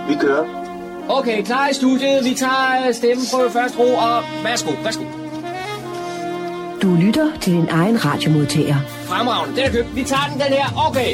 Vi kører. Okay, klar i studiet. Vi tager stemmeprøve først, ro, og værsgo. Du lytter til din egen radiomodtager. Fremragende, den er købt. Vi tager den her. Okay.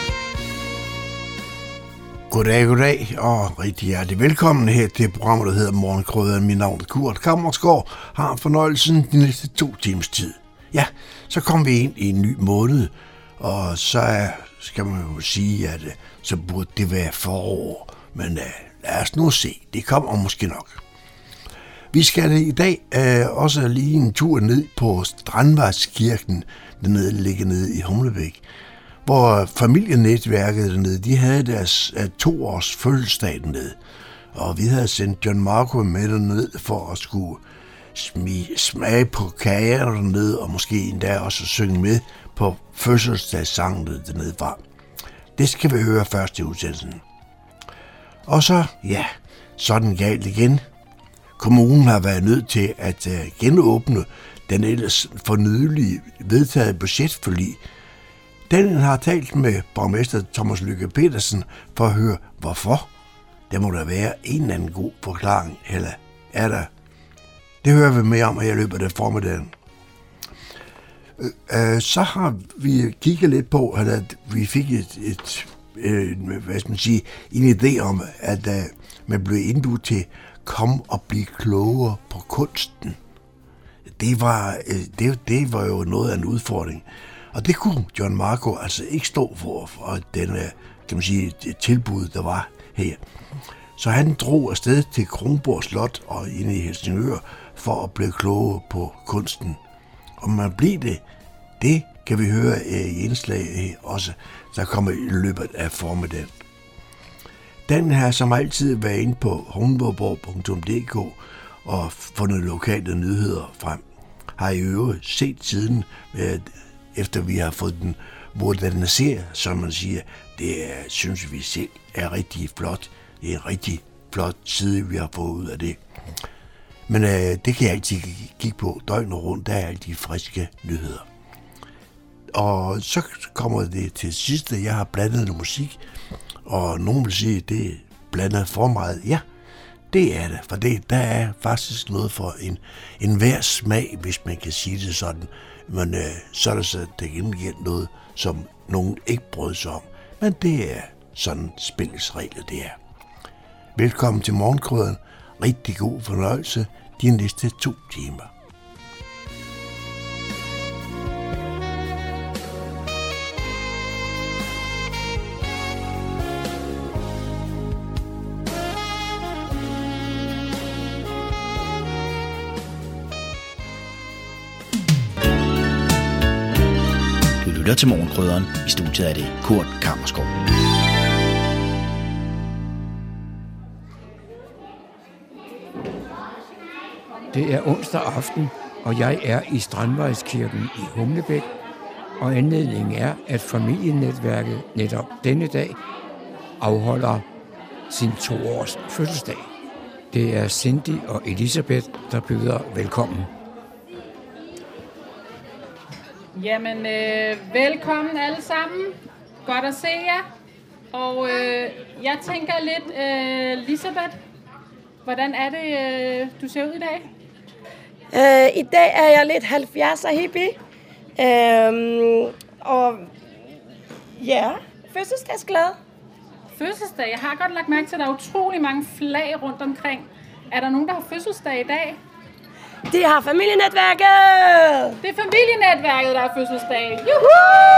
Goddag, og rigtig hjertelig velkommen her til programmet, der hedder Morgenkrydderen. Mit navn er Kurt Kammersgaard, har fornøjelsen de næste 2 timers tid. Ja, så kommer vi ind i en ny måned, og så skal man jo sige, at så burde det være forår. Men lad os nu se, det kommer måske nok. Vi skal i dag også lige en tur ned på Strandvejskirken, der ligger nede i Humlebæk, hvor familienetværket dernede, de havde deres 2-års fødselsdag dernede. Og vi havde sendt John Marco med derned for at skulle smage på kager dernede, og måske endda også synge med på fødselsdagssangen dernede fra. Det skal vi høre først i udsendelsen. Og så, ja, sådan galt igen. Kommunen har været nødt til at genåbne den ellers for nylig vedtaget budgetforlig. Den har talt med borgmester Thomas Lykke Petersen for at høre, hvorfor. Der må der være en eller anden god forklaring, eller er der? Det hører vi mere om, at jeg løber det formiddagen. Så har vi kigget lidt på, at vi fik en idé om, at man blev indbudt til kom og blive klogere på kunsten. Det var jo noget af en udfordring. Og det kunne John Marco altså ikke stå for denne, kan man sige, tilbud, der var her. Så han drog afsted til Kronborg Slot og ind i Helsingør for at blive klogere på kunsten. Om man bliver det kan vi høre i indslag også, der kommer i løbet af formiddagen. Den har som altid været inde på humleborg.dk og fundet lokale nyheder frem. Har i øvrigt set siden, efter vi har fået den moderniseret, som man siger, det synes vi selv er rigtig flot. Det er en rigtig flot side, vi har fået ud af det. Men det kan jeg altid kigge på døgnet rundt, der er alle de friske nyheder. Og så kommer det til sidst, at jeg har blandet noget musik, og nogen vil sige, at det er blandet for meget. Ja, det er det, for der er faktisk noget for en hver smag, hvis man kan sige det sådan. Men så er der så til gengæld noget, som nogen ikke brød sig om. Men det er sådan spillets regler, det er. Velkommen til Morgenkrydderen. Rigtig god fornøjelse de næste 2 timer. Du lytter til Morgenkrydderen. I studiet er det Kurt Kammersgaard. Det er onsdag aften, og jeg er i Strandvejskirken i Humlebæk, og anledningen er, at familienetværket netop denne dag afholder sin 2-års fødselsdag. Det er Cindy og Elisabeth, der byder velkommen. Jamen, velkommen alle sammen. Godt at se jer. Og jeg tænker lidt, Elisabeth, hvordan er det, du ser ud i dag? I dag er jeg lidt 70'er hippie. Og ja, fødselsdagsglad. Fødselsdag? Jeg har godt lagt mærke til, at der er utrolig mange flag rundt omkring. Er der nogen, der har fødselsdag i dag? De har familienetværket! Det er familienetværket, der har fødselsdag. Juhu!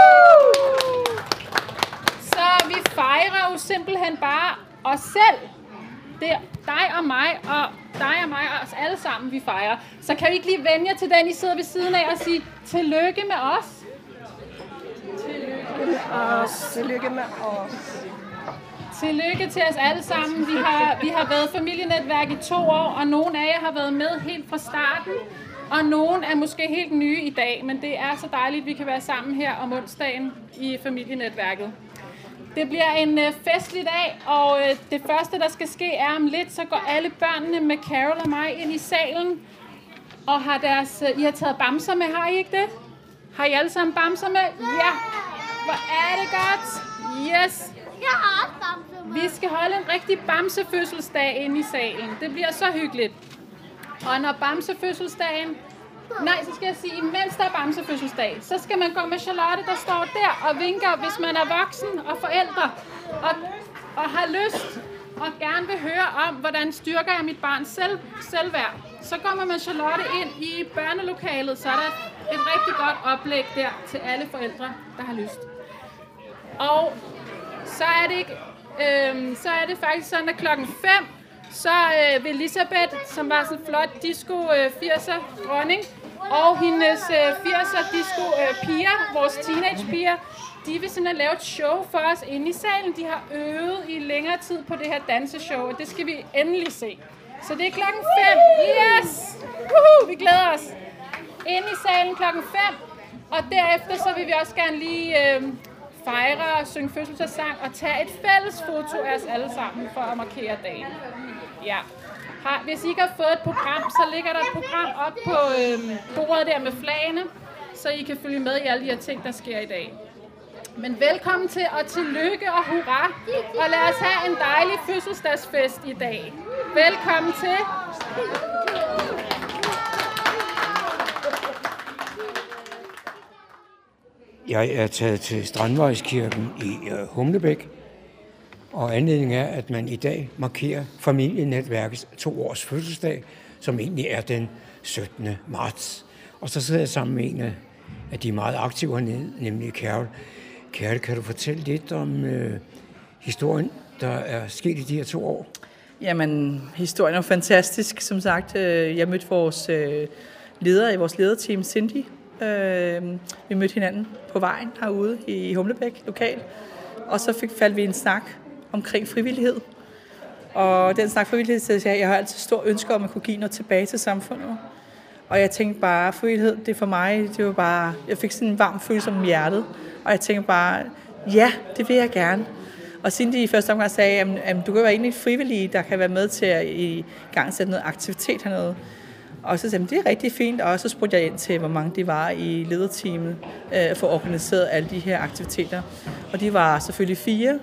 Så vi fejrer jo simpelthen bare os selv. Det er dig og mig og os alle sammen, vi fejrer. Så kan vi ikke lige vende jer til den, I sidder ved siden af og sige tillykke med os. Tillykke med os. Tillykke med os. Tillykke til os alle sammen. Vi har været familienetværk i 2 år, og nogle af jer har været med helt fra starten, og nogle er måske helt nye i dag, men det er så dejligt, at vi kan være sammen her om onsdagen i familienetværket. Det bliver en festlig dag, og det første, der skal ske, er om lidt, så går alle børnene med Carol og mig ind i salen, og har I har taget bamser med, har I ikke det? Har I alle sammen bamser med? Ja! Hvor er det godt! Yes! Jeg har også bamser Vi skal holde en rigtig bamsefødselsdag inde i salen. Det bliver så hyggeligt. Og når bamsefødselsdagen... Nej, så skal jeg sige, imens der er bamsefødselsdag, så skal man gå med Charlotte, der står der og vinker, hvis man er voksen og forældre, og har lyst og gerne vil høre om, hvordan styrker jeg mit barns selvværd. Så går man med Charlotte ind i børnelokalet, så er der et rigtig godt oplæg der til alle forældre, der har lyst. Og så er det faktisk sådan, at 5:00, så vil Elisabeth, som var sådan en flot disco 80'er dronning, og hendes 80'er disco piger, vores teenagepiger, de vil simpelthen lave et show for os inde i salen. De har øvet i længere tid på det her danseshow, og det skal vi endelig se. Så det er 5:00. Yes! Vi glæder os. Inde i salen 5:00, og derefter så vil vi også gerne lige fejre og synge fødselsdagssang og tage et fælles foto af os alle sammen for at markere dagen. Ja. Hvis I ikke har fået et program, så ligger der et program op på bordet der med flagene, så I kan følge med i alle de her ting, der sker i dag. Men velkommen til, og tillykke og hurra, og lad os have en dejlig fødselsdagsfest i dag. Velkommen til. Jeg er taget til Strandvejskirken i Humlebæk, og anledningen er, at man i dag markerer familienetværkets 2-års fødselsdag, som egentlig er den 17. marts. Og så sidder jeg sammen med en af de meget aktive hernede, nemlig Carol. Carol, kan du fortælle lidt om historien, der er sket i de her 2 år? Jamen, historien er fantastisk. Som sagt, jeg mødte vores leder i vores lederteam, Cindy. Vi mødte hinanden på vejen herude i Humlebæk lokal, og så faldt vi en snak omkring frivillighed. Og den snak frivillighed, jeg har altid stor ønske om at kunne give noget tilbage til samfundet. Og jeg tænkte bare, frivillighed, det for mig, det var bare, jeg fik sådan en varm følelse om hjertet, og jeg tænkte bare, ja, det vil jeg gerne. Og Cindy i første omgang sagde, at du kan være egentlig frivillig, der kan være med til at i gang sætte noget aktivitet hernede. Og så sagde jeg, det er rigtig fint, og så spurgte jeg ind til, hvor mange de var i lederteamet for at organisere alle de her aktiviteter. Og de var selvfølgelig 4,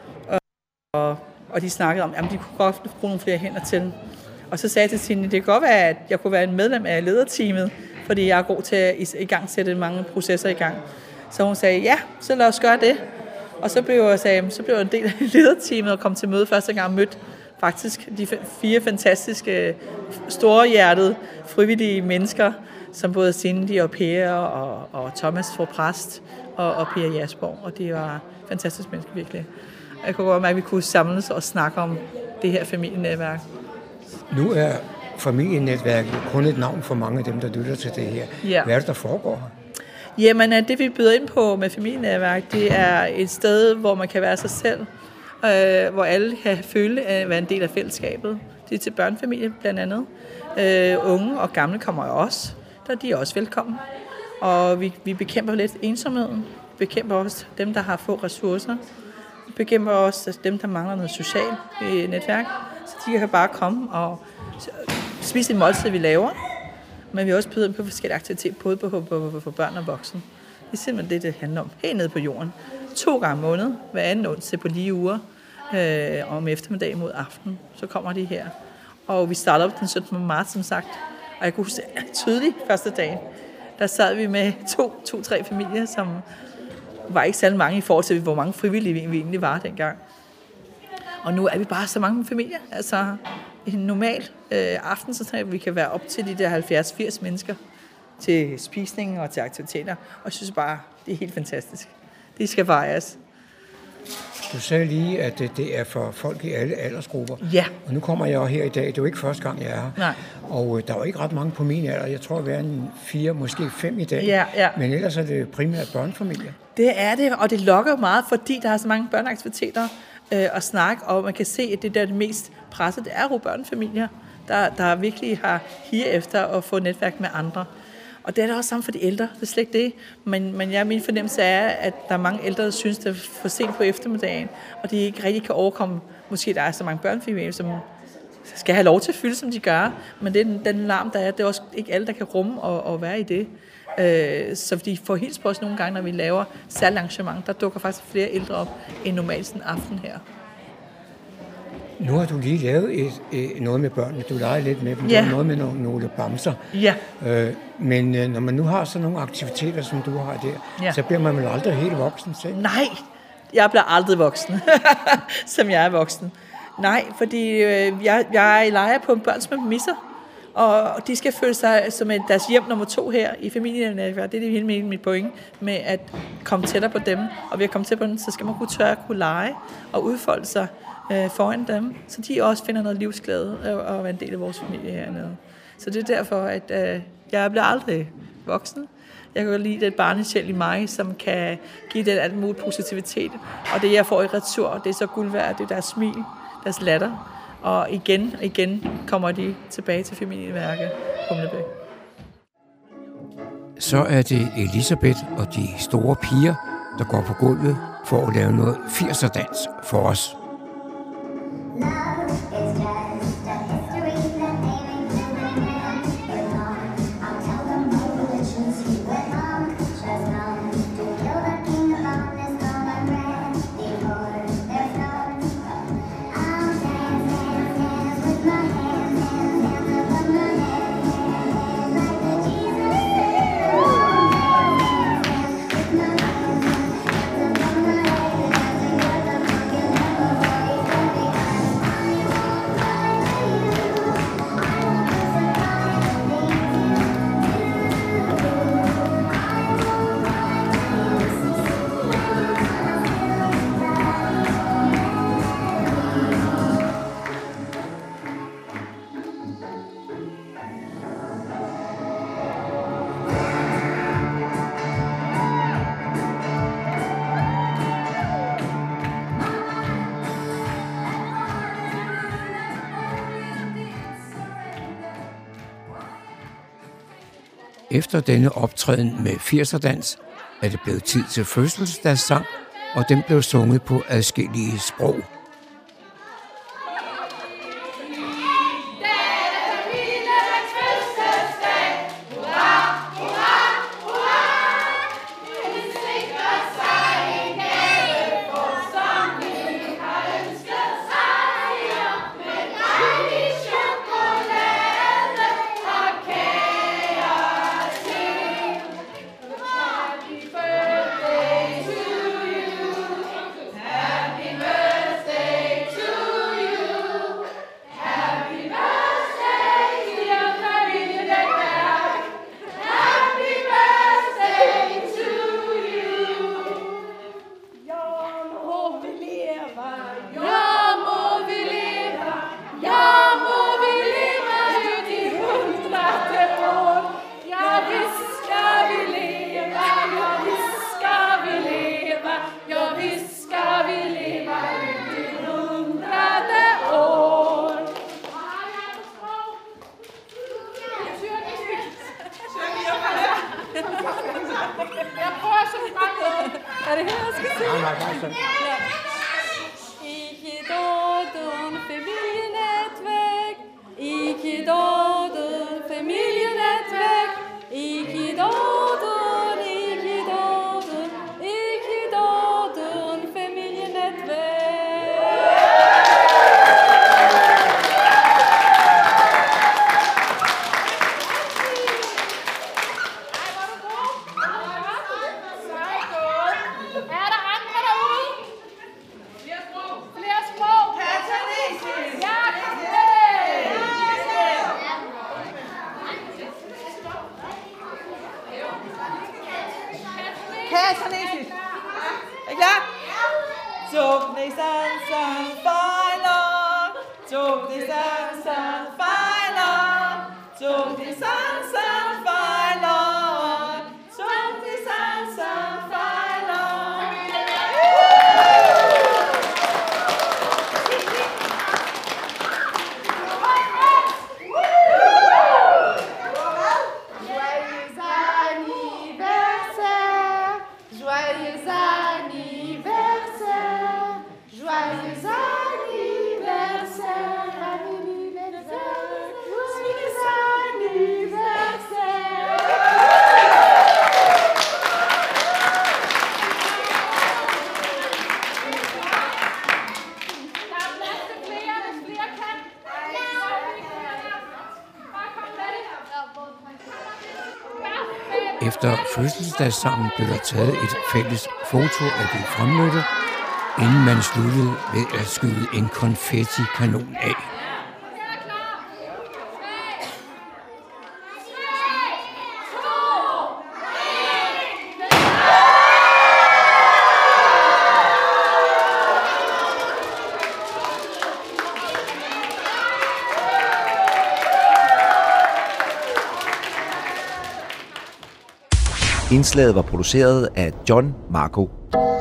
og de snakkede om, at de kunne godt bruge nogle flere hænder til. Og så sagde jeg til Cindy, det kan godt være, at jeg kunne være en medlem af lederteamet, fordi jeg er god til at i gang sætte mange processer i gang. Så hun sagde, ja, så lad os gøre det. Og så blev jeg en del af lederteamet og kom til møde første gang og mødte faktisk de 4 fantastiske, storhjertede, frivillige mennesker, som både Cindy og Per og Thomas for præst og Per Jasborg. Og de var fantastiske mennesker, virkelig. Jeg kunne godt mærke, at vi kunne samles og snakke om det her familienetværk. Nu er familienetværket kun et navn for mange af dem, der lytter til det her. Ja. Hvad er det, der foregår her? Jamen, det vi byder ind på med familienetværk, det er et sted, hvor man kan være sig selv, hvor alle kan føle at være en del af fællesskabet. Det er til børnefamilier blandt andet. Unge og gamle kommer også, der de er også velkommen. Og vi bekæmper lidt ensomheden, bekæmper også dem, der har få ressourcer, bekæmper også dem, der mangler noget socialt netværk, så de kan bare komme og spise en måltid, vi laver. Men vi også byder ind på forskellige aktiviteter, både for børn og voksne. Det er simpelthen det handler om. Helt nede på jorden. 2 gange om måneden, hver anden onsdag på lige uger, om eftermiddag mod aften, så kommer de her. Og vi starter op den 17. marts, som sagt. Og jeg kunne huske tydeligt første dagen, der sad vi med 2-3 familier, som var ikke særlig mange i forhold til, hvor mange frivillige vi egentlig var dengang. Og nu er vi bare så mange familier. Altså en normal aften, så tror vi kan være op til de der 70-80 mennesker til spisning og til aktiviteter. Og jeg synes bare, det er helt fantastisk. Det skal fejres. Du sagde lige, at det er for folk i alle aldersgrupper. Ja. Og nu kommer jeg jo her i dag. Det er jo ikke første gang, jeg er her. Nej. Og der er jo ikke ret mange på min alder. Jeg tror, vi er en 4, måske 5 i dag. Ja. Men ellers er det primært børnefamilier. Det er det, og det lokker meget, fordi der er så mange børneaktiviteter at snakke, og man kan se, at det der er det mest presset, det er jo børnefamilier, der virkelig har higer efter at få netværk med andre. Og det er der også sammen for de ældre, det er slet ikke det. Men min fornemmelse er, at der er mange ældre, der synes, det er for sent på eftermiddagen, og de ikke rigtig kan overkomme, måske der er så mange børnefamilier, som skal have lov til at fylde, som de gør, men det er den larm, der er, det er også ikke alle, der kan rumme og være i det. Så de får helt på os nogle gange, når vi laver særligt arrangement, der dukker faktisk flere ældre op end normalt sådan en aften her. Nu har du lige lavet noget med børnene. Du leger lidt med dem. Ja. Du har noget med nogle bamser. Ja. Men når man nu har sådan nogle aktiviteter, som du har der, så bliver man vel aldrig helt voksen selv? Nej, jeg bliver aldrig voksen, som jeg er voksen. Nej, fordi jeg leger på en børns med misser, og de skal føle sig som deres hjem nummer 2 her i familienetværk. Det er hele mit point med at komme tættere på dem. Og ved at komme tættere på dem, så skal man kunne lege og udfolde sig foran dem, så de også finder noget livsglæde og være en del af vores familie hernede. Så det er derfor, at jeg bliver aldrig voksen. Jeg kan godt lide det barnesjæl i mig, som kan give den alt muligt positivitet. Og det, jeg får i retur, det er så guld værd. Det er deres smil, deres latter. Og igen kommer de tilbage til familieværket Humlebæk. Så er det Elisabeth og de store piger, der går på gulvet for at lave noget 80'er-dans for os. Efter denne optræden med 80'er-dans er det blevet tid til fødselsdagssang, og den blev sunget på adskillige sprog. Jeg prøver så meget. Er det her, jeg skal sige? Nej. Ikke dåden familienetværk. Ikke dåden familienetværk. Ikke dåden, ikke dåden, ikke dåden familienetværk. Katanesisk. Er I klar? Tog-ni-san-san fejler. Tog-ni-san-san fejler. Tog-ni-san-san fejler. Tog-ni-san-san fejler. Joyeux anniversaire, joyeux anniversaire, Efter fødselsdagssangen blev der taget et fælles foto af de fremmødte, inden man sluttede ved at skyde en konfettikanon af. Indslaget var produceret af John Marco.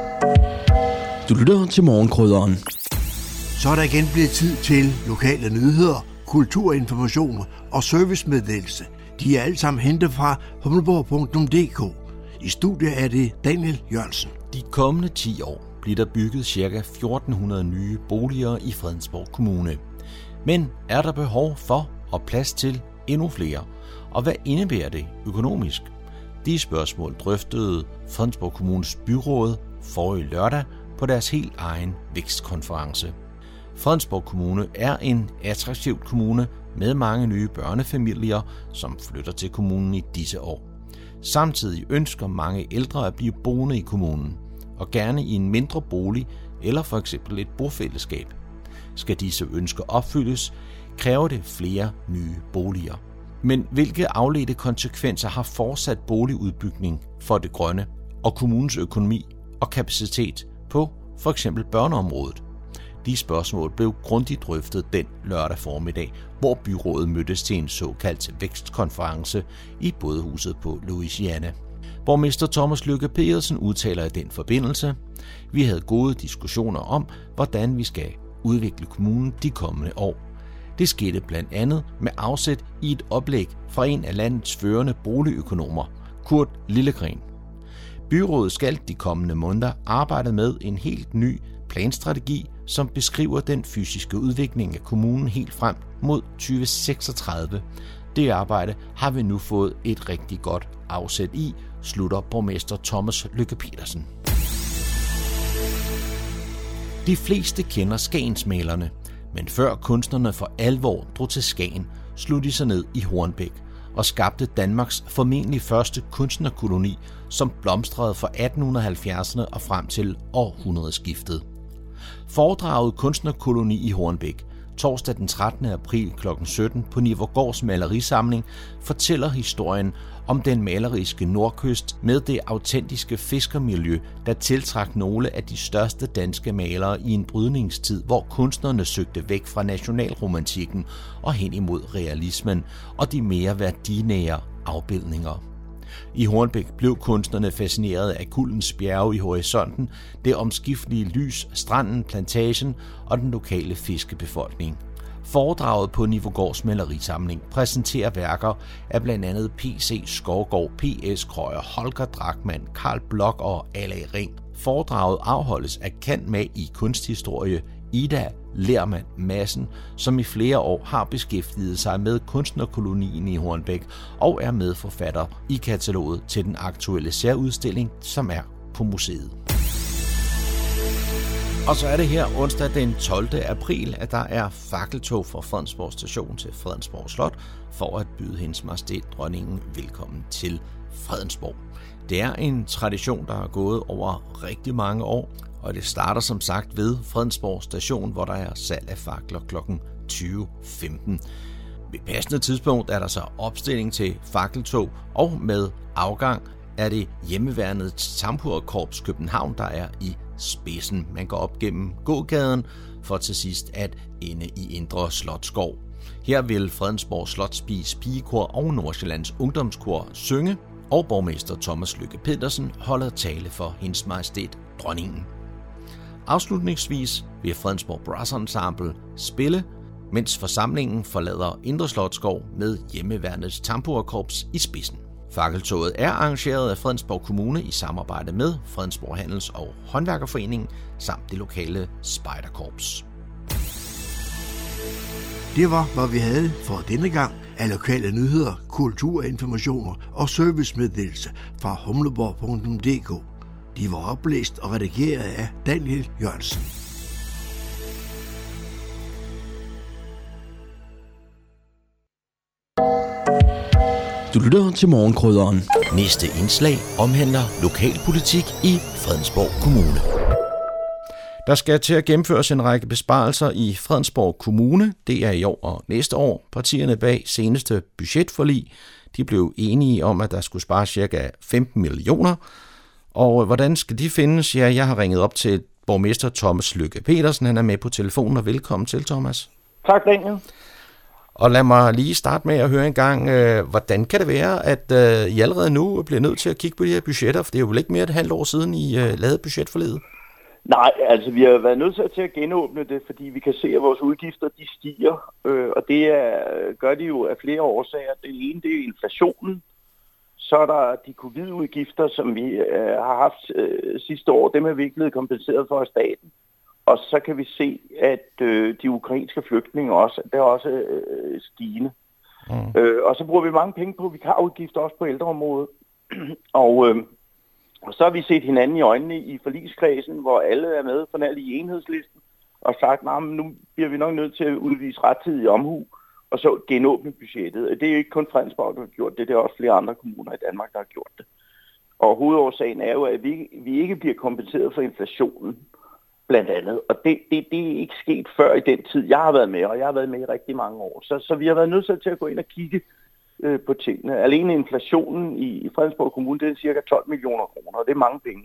Du lytter til Morgenkrydderen. Så er der igen blevet tid til lokale nyheder, kulturinformation og servicemeddelelse. De er alle sammen hentet fra humleborg.dk. I studiet er det Daniel Jørgensen. De kommende 10 år bliver der bygget ca. 1400 nye boliger i Fredensborg Kommune. Men er der behov for og plads til endnu flere? Og hvad indebærer det økonomisk? De spørgsmål drøftede Fredensborg Kommunes byråd forrige lørdag på deres helt egen vækstkonference. Fredensborg Kommune er en attraktiv kommune med mange nye børnefamilier, som flytter til kommunen i disse år. Samtidig ønsker mange ældre at blive boende i kommunen, og gerne i en mindre bolig eller for eksempel et bofællesskab. Skal disse ønsker opfyldes, kræver det flere nye boliger. Men hvilke afledte konsekvenser har fortsat boligudbygning for det grønne og kommunens økonomi og kapacitet på for eksempel børneområdet? De spørgsmål blev grundigt drøftet den lørdag formiddag, hvor byrådet mødtes til en såkaldt vækstkonference i bådehuset på Louisiana. Borgmester Thomas Lykke Pedersen udtaler i den forbindelse: "Vi havde gode diskussioner om, hvordan vi skal udvikle kommunen de kommende år. Det skete blandt andet med afsæt i et oplæg fra en af landets førende boligøkonomer, Kurt Lillegren. Byrådet skal de kommende måneder arbejde med en helt ny planstrategi, som beskriver den fysiske udvikling af kommunen helt frem mod 2036. Det arbejde har vi nu fået et rigtig godt afsæt i," slutter borgmester Thomas Lykke Pedersen. De fleste kender Skagensmalerne, men før kunstnerne for alvor drog til Skagen, slog de sig ned i Hornbæk og skabte Danmarks formentlig første kunstnerkoloni, som blomstrede fra 1870'erne og frem til århundredeskiftet. Foredraget Kunstnerkoloni i Hornbæk, torsdag den 13. april kl. 17 på Nivorgårds malerisamling, fortæller historien om den maleriske nordkyst med det autentiske fiskermiljø, der tiltrak nogle af de største danske malere i en brydningstid, hvor kunstnerne søgte væk fra nationalromantikken og hen imod realismen og de mere værdinære afbildninger. I Hornbæk blev kunstnerne fascineret af Kuldens bjerge i horisonten, det omskiftelige lys, stranden, plantagen og den lokale fiskebefolkning. Foredraget på Nivorgårds malerisamling præsenterer værker af blandt andet P.C. Skovgaard, P.S. Krøyer, Holger Drachmann, Carl Bloch og A.L.A. Ring. Foredraget afholdes af cand.mag i kunsthistorie Ida Lermand Madsen, som i flere år har beskæftiget sig med kunstnerkolonien i Hornbæk og er medforfatter i kataloget til den aktuelle særudstilling, som er på museet. Og så er det her onsdag den 12. april, at der er fakkeltog fra Fredensborg Station til Fredensborg Slot for at byde hendes majestæt dronningen velkommen til Fredensborg. Det er en tradition, der er gået over rigtig mange år, og det starter som sagt ved Fredensborg Station, hvor der er salg af fakler kl. 20.15. Ved passende tidspunkt er der så opstilling til fakkeltog, og med afgang er det hjemmeværnets Tamburkorps København, der er i spidsen. Man går op gennem gågaden for til sidst at ende i Indre Slotsskov. Her vil Fredensborg Slotspis Pigekor og Nordsjællands Ungdomskor synge, og borgmester Thomas Lykke Pedersen holder tale for hendes majestæt dronningen. Afslutningsvis vil Fredensborg Brass Ensemble spille, mens forsamlingen forlader Indre Slotsskov med hjemmeværnets Tamburkorps i spidsen. Fakkeltoget er arrangeret af Fredensborg Kommune i samarbejde med Fredensborg Handels- og Håndværkerforeningen samt det lokale spejderkorps. Det var, hvad vi havde for denne gang af lokale nyheder, kulturinformationer og servicemeddelelse fra humleborg.dk. De var oplæst og redigeret af Daniel Jørgensen. Du Du lytter til Morgenkrydderen. Næste indslag omhandler lokalpolitik i Fredensborg Kommune. Der skal til at gennemføres en række besparelser i Fredensborg Kommune. Det er i år og næste år. Partierne bag seneste budgetforlig, de blev enige om, at der skulle spare ca. 15 millioner. Og hvordan skal de findes? Ja, jeg har ringet op til borgmester Thomas Lykke Petersen. Han er med på telefonen, og velkommen til, Thomas. Tak, Daniel. Og lad mig lige starte med at høre en gang, hvordan kan det være, at I allerede nu bliver nødt til at kigge på de her budgetter? For det er jo vel ikke mere et halvt år siden, I lavede budgetforliget? Nej, altså vi har været nødt til at genåbne det, fordi vi kan se, at vores udgifter de stiger. Og det gør de jo af flere årsager. Det ene, det er inflationen. Så er der de covid-udgifter, som vi har haft sidste år. Dem er vi ikke blevet kompenseret for af staten. Og så kan vi se, at de ukrainske flygtninge også, det er også stigende. Og så bruger vi mange penge på vikarudgifter også på ældreområdet. og så har vi set hinanden i øjnene i forligskredsen, hvor alle er med for nærlig i enhedslisten, og sagt, at nu bliver vi nok nødt til at udvise rettidig omhu, og så genåbne budgettet. Det er jo ikke kun Fredensborg, der har gjort det, det er også flere andre kommuner i Danmark, der har gjort det. Og hovedårsagen er jo, at vi ikke bliver kompenseret for inflationen, blandt andet. Og det er ikke sket før i den tid, jeg har været med, og jeg har været med i rigtig mange år. Så vi har været nødt til at gå ind og kigge på tingene. Alene inflationen i Fredensborg Kommune, det er cirka 12 millioner kroner, og det er mange penge.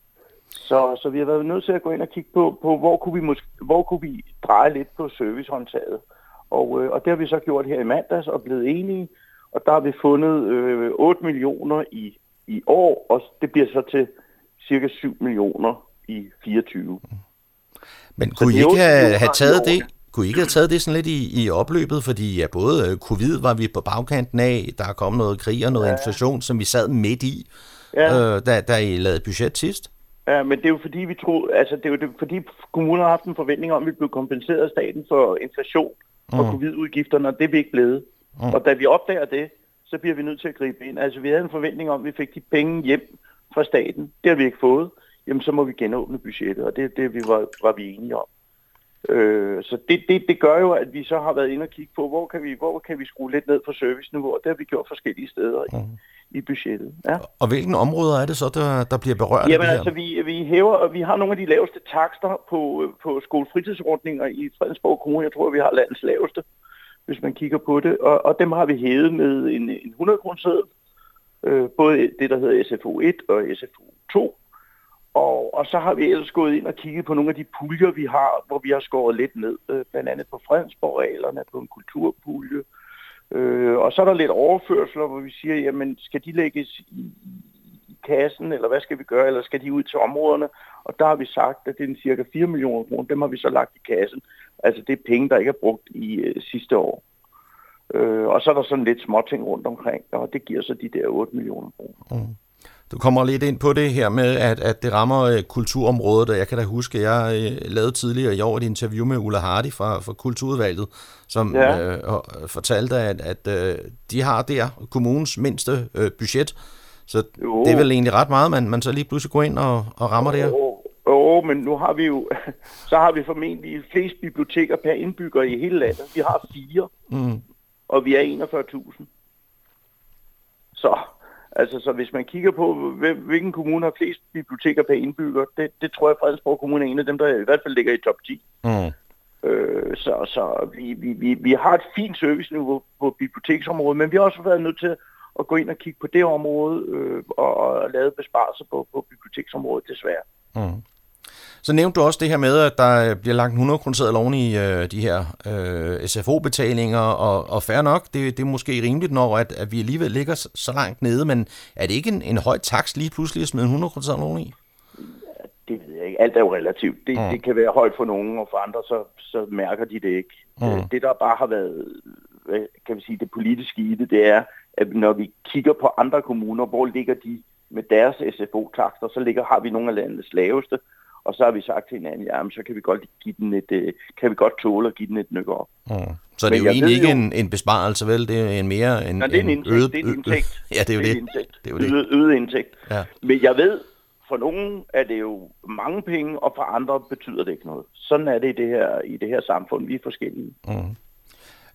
Så vi har været nødt til at gå ind og kigge på hvor kunne vi dreje lidt på servicehåndtaget. Og det har vi så gjort her i mandags og blevet enige, og der har vi fundet 8 millioner i år, og det bliver så til cirka 7 millioner i 24. Men kunne I ikke have taget det? Kunne I ikke have taget det sådan lidt i opløbet, fordi ja, både covid var vi på bagkanten af, der er kommet noget krig og noget inflation, som vi sad midt i, da I lavede budget sidst? Ja, men det er jo fordi vi troede, altså det er jo fordi kommuner har haft en forventning om, at vi blev kompenseret af staten for inflation og covid-udgifterne, og det er vi ikke blevet. Og da vi opdager det, så bliver vi nødt til at gribe ind. Altså vi havde en forventning om, at vi fik de penge hjem fra staten. Det har vi ikke fået. Jamen så må vi genåbne budgettet, og det er det, vi var vi enige om. Så det gør jo, at vi så har været inde og kigge på, hvor kan vi skrue lidt ned på serviceniveauet. Det har vi gjort forskellige steder i budgettet. Ja. Og hvilke områder er det så, der bliver berørt? Jamen altså, vi har nogle af de laveste takster på skolefritidsordninger i Fredensborg Kommune. Jeg tror, vi har landets laveste, hvis man kigger på det. Og dem har vi hævet med en 100-kroneseddel. Både det, der hedder SFO 1 og SFO 2. Og så har vi ellers gået ind og kigget på nogle af de puljer, vi har, hvor vi har skåret lidt ned. Blandt andet på Fredensborg-reglerne, på en kulturpulje. Og så er der lidt overførsler, hvor vi siger, jamen skal de lægges i kassen, eller hvad skal vi gøre, eller skal de ud til områderne? Og der har vi sagt, at det er cirka 4 millioner kroner, dem har vi så lagt i kassen. Altså det er penge, der ikke er brugt i sidste år. Og så er der sådan lidt småting rundt omkring, og det giver så de der 8 millioner kroner. Du kommer lidt ind på det her med, at det rammer kulturområdet, og jeg kan da huske, at jeg lavede tidligere i år et interview med Ulla Hardy fra Kulturudvalget, som fortalte, at de har der kommunens mindste budget, så det er vel egentlig ret meget, man så lige pludselig går ind og rammer der. Men nu har vi jo, så har vi formentlig flest biblioteker per indbygger i hele landet. Vi har 4, og vi er 41.000. Så hvis man kigger på, hvilken kommune har flest biblioteker per indbygger, det tror jeg, Fredensborg Kommune er en af dem, der i hvert fald ligger i top 10. Så vi har et fint serviceniveau på biblioteksområdet, men vi har også været nødt til at gå ind og kigge på det område og lave besparelser på biblioteksområdet, desværre. Så nævnte du også det her med, at der bliver lagt 100 kroner oven i de her SFO-betalinger, og fair nok, det er måske rimeligt, når at vi alligevel ligger så langt nede, men er det ikke en høj takst lige pludselig at smide 100 kroner oven i? Det ved jeg ikke. Alt er jo relativt. Det kan være højt for nogen, og for andre så mærker de det ikke. Det, der bare har været, kan vi sige, det politiske i det, det er, at når vi kigger på andre kommuner, hvor ligger de med deres SFO-takster, så har vi nogle af landets laveste. Og så har vi sagt til hinanden, jamen så kan vi godt tåle at give den et nyk op. Så det er jo egentlig ikke en besparelse, vel? Det er mere en... Nej, det er en indtægt. Det er en indtægt. Ja, det er jo det. Øget indtægt. Ja. Men jeg ved, for nogen er det jo mange penge, og for andre betyder det ikke noget. Sådan er det i det her samfund. Vi er forskellige.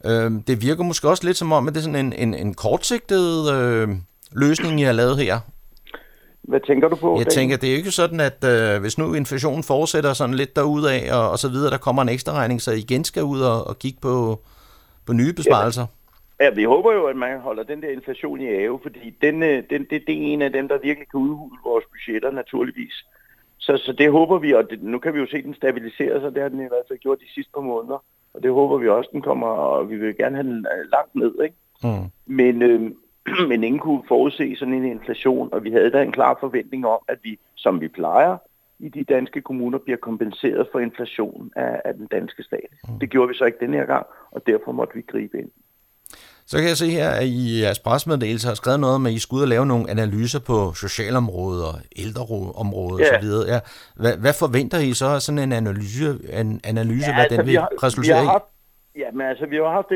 Det virker måske også lidt som om, at det er sådan en kortsigtet løsning, I har lavet her. Hvad tænker du på? Jeg tænker, det er jo ikke sådan, at hvis nu inflationen fortsætter sådan lidt derudad og så videre, der kommer en ekstra regning, så I igen skal ud og kigge på nye besparelser. Ja, vi håber jo, at man holder den der inflation i ave, fordi det er en af dem, der virkelig kan udhule vores budgetter, naturligvis. Så det håber vi, og nu kan vi jo se, at den stabiliserer sig. Det har den i hvert fald gjort de sidste par måneder. Og det håber vi også, den kommer, og vi vil gerne have den langt ned, ikke? Men ingen kunne forudse sådan en inflation, og vi havde da en klar forventning om, at vi, som vi plejer i de danske kommuner, bliver kompenseret for inflation af den danske stat. Det gjorde vi så ikke denne her gang, og derfor måtte vi gribe ind. Så kan jeg se her, at I jeres pressemeddelelse har skrevet noget om, at I skulle ud og lave nogle analyser på socialområdet og ældreområdet osv. Ja. Hvad forventer I så af sådan en analyse, hvad den vil resultere i? Ja, men altså, vi har haft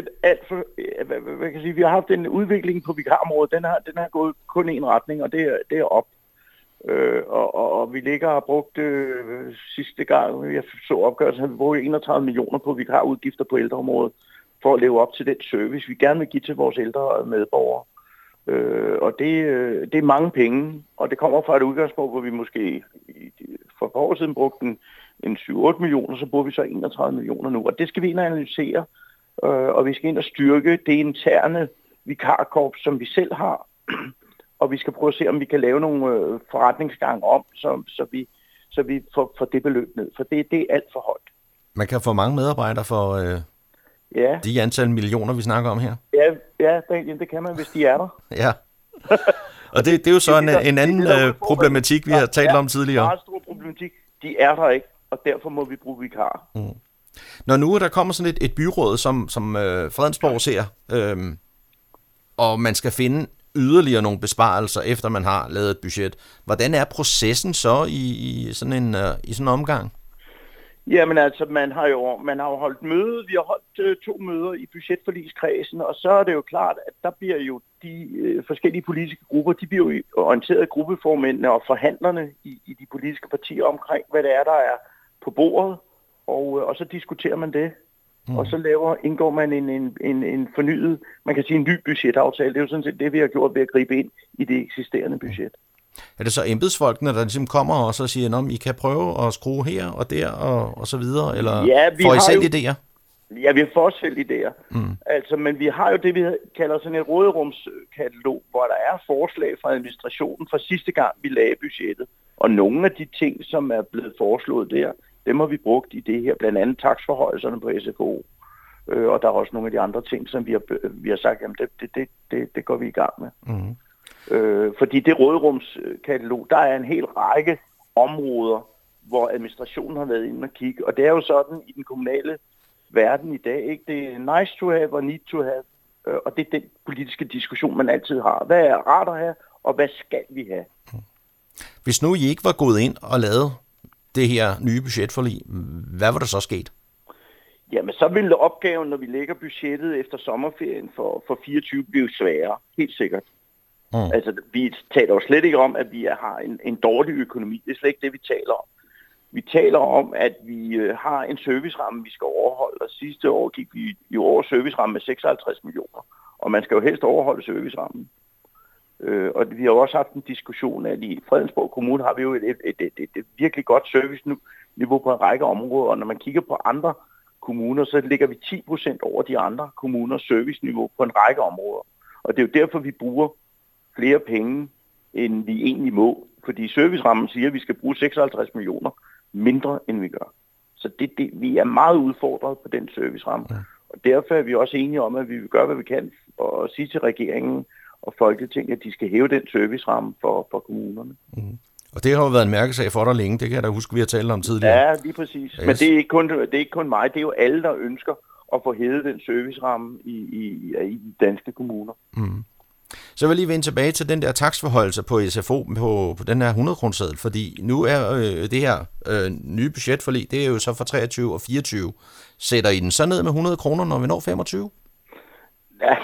vi har haft en udvikling på vikarområdet. Den har gået kun en retning, og det er op. Og vi ligger og har brugt sidste gang, jeg så opgørelsen, har vi brugt 31 millioner på vikarudgifter på ældreområdet, for at leve op til den service, vi gerne vil give til vores ældre medborgere. Og det er mange penge, og det kommer fra et udgangspunkt, hvor vi måske for et par år siden brugte en 7-8 millioner, så bruger vi så 31 millioner nu. Og det skal vi ind og analysere, og vi skal ind og styrke det interne vikarkorps, som vi selv har. Og vi skal prøve at se, om vi kan lave nogle forretningsgange om, så vi får det beløb ned. For det er alt for højt. Man kan få mange medarbejdere for de antal millioner, vi snakker om her. Ja, det kan man, hvis de er der. Ja. Og det er jo så en anden problematik, vi har talt om tidligere. Det er en meget stor problematik. De er der ikke, og derfor må vi bruge vikarer. Når nu der kommer sådan et byråd, som Fredensborg ser, og man skal finde yderligere nogle besparelser, efter man har lavet et budget. Hvordan er processen så i sådan en omgang? Jamen altså, man har jo holdt møde. Vi har holdt 2 møder i budgetforligskredsen, og så er det jo klart, at der bliver jo de forskellige politiske grupper, de bliver jo orienteret af gruppeformændene og forhandlerne i de politiske partier omkring, hvad det er, der er på bordet, og så diskuterer man det. Og så indgår man en fornyet, man kan sige en ny budgetaftale. Det er jo sådan set det, vi har gjort ved at gribe ind i det eksisterende budget. Er det så embedsfolkene, der ligesom kommer og så siger, at I kan prøve at skrue her og der og så videre? Eller får I selv idéer? Ja, vi får selv idéer. Altså, men vi har jo det, vi kalder sådan et råderumskatalog, hvor der er forslag fra administrationen fra sidste gang, vi lagde budgettet. Og nogle af de ting, som er blevet foreslået der, dem har vi brugt i det her, blandt andet taksforhøjelserne på SFO. Og der er også nogle af de andre ting, som vi har sagt, jamen det går vi i gang med. Fordi det råderumskatalog, der er en hel række områder, hvor administrationen har været inde og kigge. Og det er jo sådan i den kommunale verden i dag, ikke? Det er nice to have og need to have. Og det er den politiske diskussion, man altid har. Hvad er rart at have, og hvad skal vi have? Hvis nu I ikke var gået ind og lavet det her nye budgetforlig, hvad var der så sket? Jamen, så ville opgaven, når vi lægger budgettet efter sommerferien for 24, blive sværere. Helt sikkert. Altså, vi taler jo slet ikke om, at vi har en dårlig økonomi. Det er slet ikke det, vi taler om. Vi taler om, at vi har en serviceramme, vi skal overholde. Og sidste år gik vi jo over serviceramme med 56 millioner. Og man skal jo helst overholde servicerammen. Og vi har jo også haft en diskussion, at i Fredensborg Kommune har vi jo et virkelig godt serviceniveau på en række områder. Og når man kigger på andre kommuner, så ligger vi 10% over de andre kommuners serviceniveau på en række områder. Og det er jo derfor, vi bruger flere penge, end vi egentlig må. Fordi servicerammen siger, at vi skal bruge 56 millioner mindre, end vi gør. Så vi er meget udfordret på den serviceramme. Og derfor er vi også enige om, at vi vil gøre, hvad vi kan, og sige til regeringen og Folketinget, at de skal hæve den serviceramme for kommunerne. Og det har jo været en mærkesag for dig længe, det kan jeg da huske, vi har talt om tidligere. Ja, lige præcis. Yes. Men det er ikke kun mig, det er jo alle, der ønsker at få hævet den serviceramme i de danske kommuner. Så vil jeg lige vende tilbage til den der takstforhøjelse på SFO på den her 100-kroneseddel, fordi nu er det her nye budgetforlig, det er jo så for 23 og 24. Sætter I den så ned med 100 kroner, når vi når 25? Ja,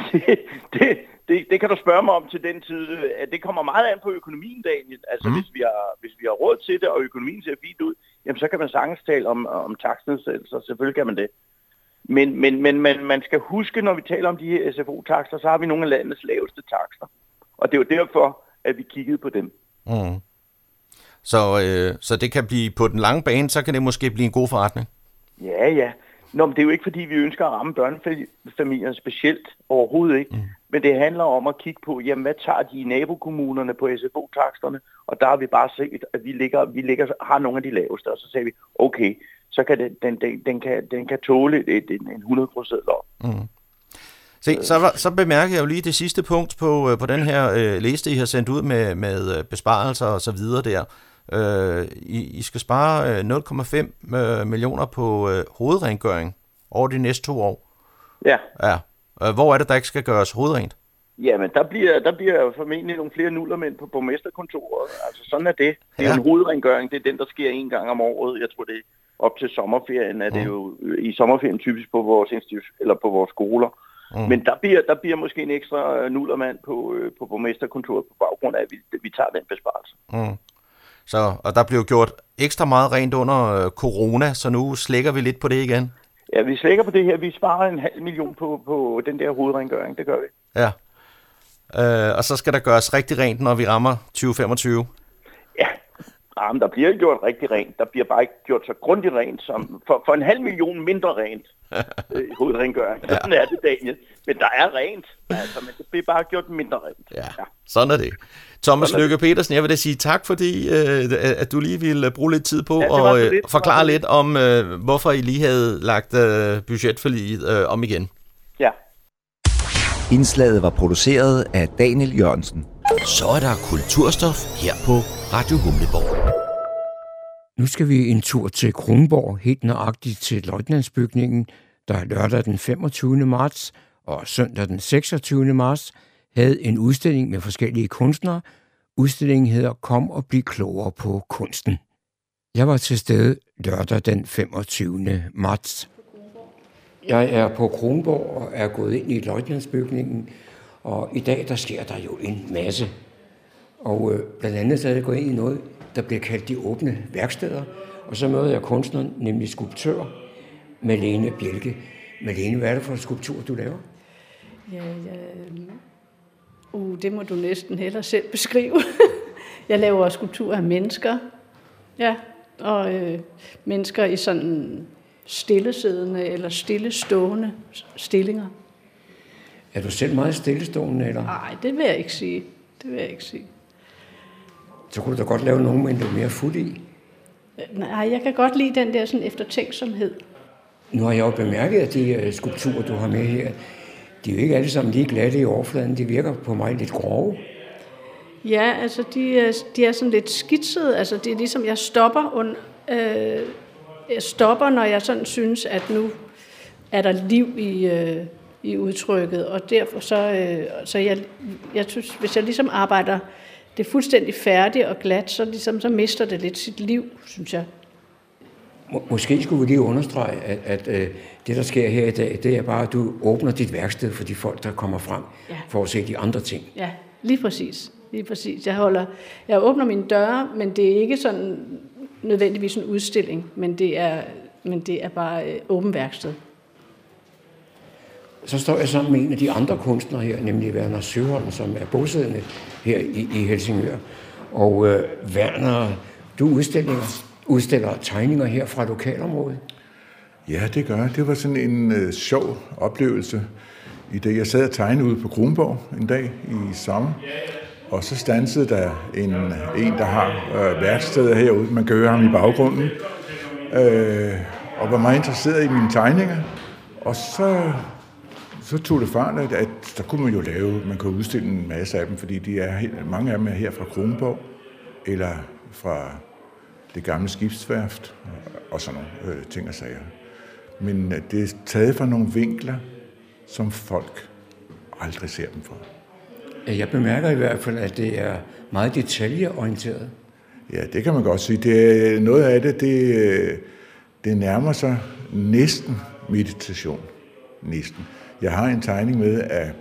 det kan du spørge mig om til den tid. Det kommer meget an på økonomien, Daniel. Altså hvis vi har råd til det, og økonomien ser fint ud, jamen så kan man sagtens tale om takstnedsættelser. Selvfølgelig kan man det. Men man skal huske, når vi taler om de her SFO-takster, så har vi nogle af landets laveste takster. Og det er jo derfor, at vi kiggede på dem. Mm. Så det kan blive på den lange bane, så kan det måske blive en god forretning? Ja. Nå, men det er jo ikke, fordi vi ønsker at ramme børnefamilierne specielt, overhovedet ikke. Men det handler om at kigge på, jamen, hvad tager de i nabokommunerne på SFO-taksterne? Og der har vi bare set, at vi har nogle af de laveste, og så sagde vi, okay, så kan den kan tåle en 100% op. Mm. Se, så bemærker jeg jo lige det sidste punkt på den her liste, I har sendt ud med besparelser og så videre der. I skal spare 0,5 millioner på hovedrengøring over de næste 2 år. Ja. Hvor er det, der ikke skal gøres hovedrent? Jamen, der bliver formentlig nogle flere nullermænd på borgmesterkontoret. Altså, sådan er det. Det er jo en hovedrengøring. Det er den, der sker 1 gang om året. Jeg tror, det er op til sommerferien. Er det jo i sommerferien typisk på vores eller på vores skoler. Men der bliver måske en ekstra nullermand på borgmesterkontoret på baggrund af, at vi tager den besparelse. Og der blev gjort ekstra meget rent under corona, så nu slækker vi lidt på det igen? Ja, vi slækker på det her. Vi sparer 500.000 på den der hovedrengøring. Det gør vi. Ja. Og så skal der gøres rigtig rent, når vi rammer 2025? Ja. Jamen, der bliver gjort rigtig rent. Der bliver bare ikke gjort så grundigt rent som for 500.000 mindre rent hovedrengøring. Ja. Sådan er det, Daniel. Men der er rent. Altså, men det bliver bare gjort mindre rent. Ja. Sådan er det. Thomas Lykke Petersen, jeg vil da sige tak, fordi at du lige ville bruge lidt tid på at forklare lidt om, hvorfor I lige havde lagt budgetforliget om igen. Ja. Indslaget var produceret af Daniel Jørgensen. Så er der kulturstof her på Radio Humleborg. Nu skal vi en tur til Kronborg, helt nøjagtigt til Løjtnantsbygningen, der lørdag den 25. marts og søndag den 26. marts havde en udstilling med forskellige kunstnere. Udstillingen hedder Kom og bliv klogere på kunsten. Jeg var til stede lørdag den 25. marts. Jeg er på Kronborg og er gået ind i Løjtnantsbygningen, og i dag der sker der jo en masse. Og blandt andet så er jeg gået ind i noget, der bliver kaldt de åbne værksteder, og så møder jeg kunstneren, nemlig skulptør Malene Bjelke. Malene, hvad er det for en skulptur, du laver? Det må du næsten hellere selv beskrive. Jeg laver skulpturer af mennesker, og mennesker i sådan stillesiddende eller stillestående stillinger. Er du selv meget stillestående, eller? Nej, det vil jeg ikke sige. Så kunne du da godt lave nogen, men du er mere fuld i. Nej, jeg kan godt lide den der sådan eftertænksomhed. Nu har jeg jo bemærket, at de skulpturer, du har med her, de er jo ikke alle sammen lige glatte i overfladen. De virker på mig lidt grove. Ja, altså de er sådan lidt skitsede. Altså det er ligesom, jeg stopper, når jeg sådan synes, at nu er der liv i udtrykket. Og derfor så jeg synes, hvis jeg ligesom arbejder det er fuldstændig færdigt og glat, så mister det lidt sit liv, synes jeg. Måske skulle vi lige understrege, at det, der sker her i dag, det er bare, at du åbner dit værksted for de folk, der kommer frem, for at se de andre ting. Ja, lige præcis. Jeg åbner mine døre, men det er ikke sådan nødvendigvis en udstilling, men det er bare åbent værksted. Så står jeg sammen med en af de andre kunstnere her, nemlig Werner Søholm, som er bosiddende her i Helsingør. Og Werner, du udstiller tegninger her fra lokalområdet? Ja, det gør jeg. Det var sådan en sjov oplevelse, i det jeg sad og tegnede ude på Kronborg en dag i sommer. Og så standsede der en der har værksteder herude, man kan høre ham i baggrunden, og var meget interesseret i mine tegninger. Og så tog det fart, at der kunne man jo man kunne udstille en masse af dem, fordi mange af dem er her fra Kronborg, eller fra det gamle skibsværft, og sådan nogle ting og sager. Men det er taget fra nogle vinkler, som folk aldrig ser dem fra. Jeg bemærker i hvert fald, at det er meget detaljeorienteret. Ja, det kan man godt sige. Det er noget af det nærmer sig næsten meditation. Næsten. Jeg har en tegning med af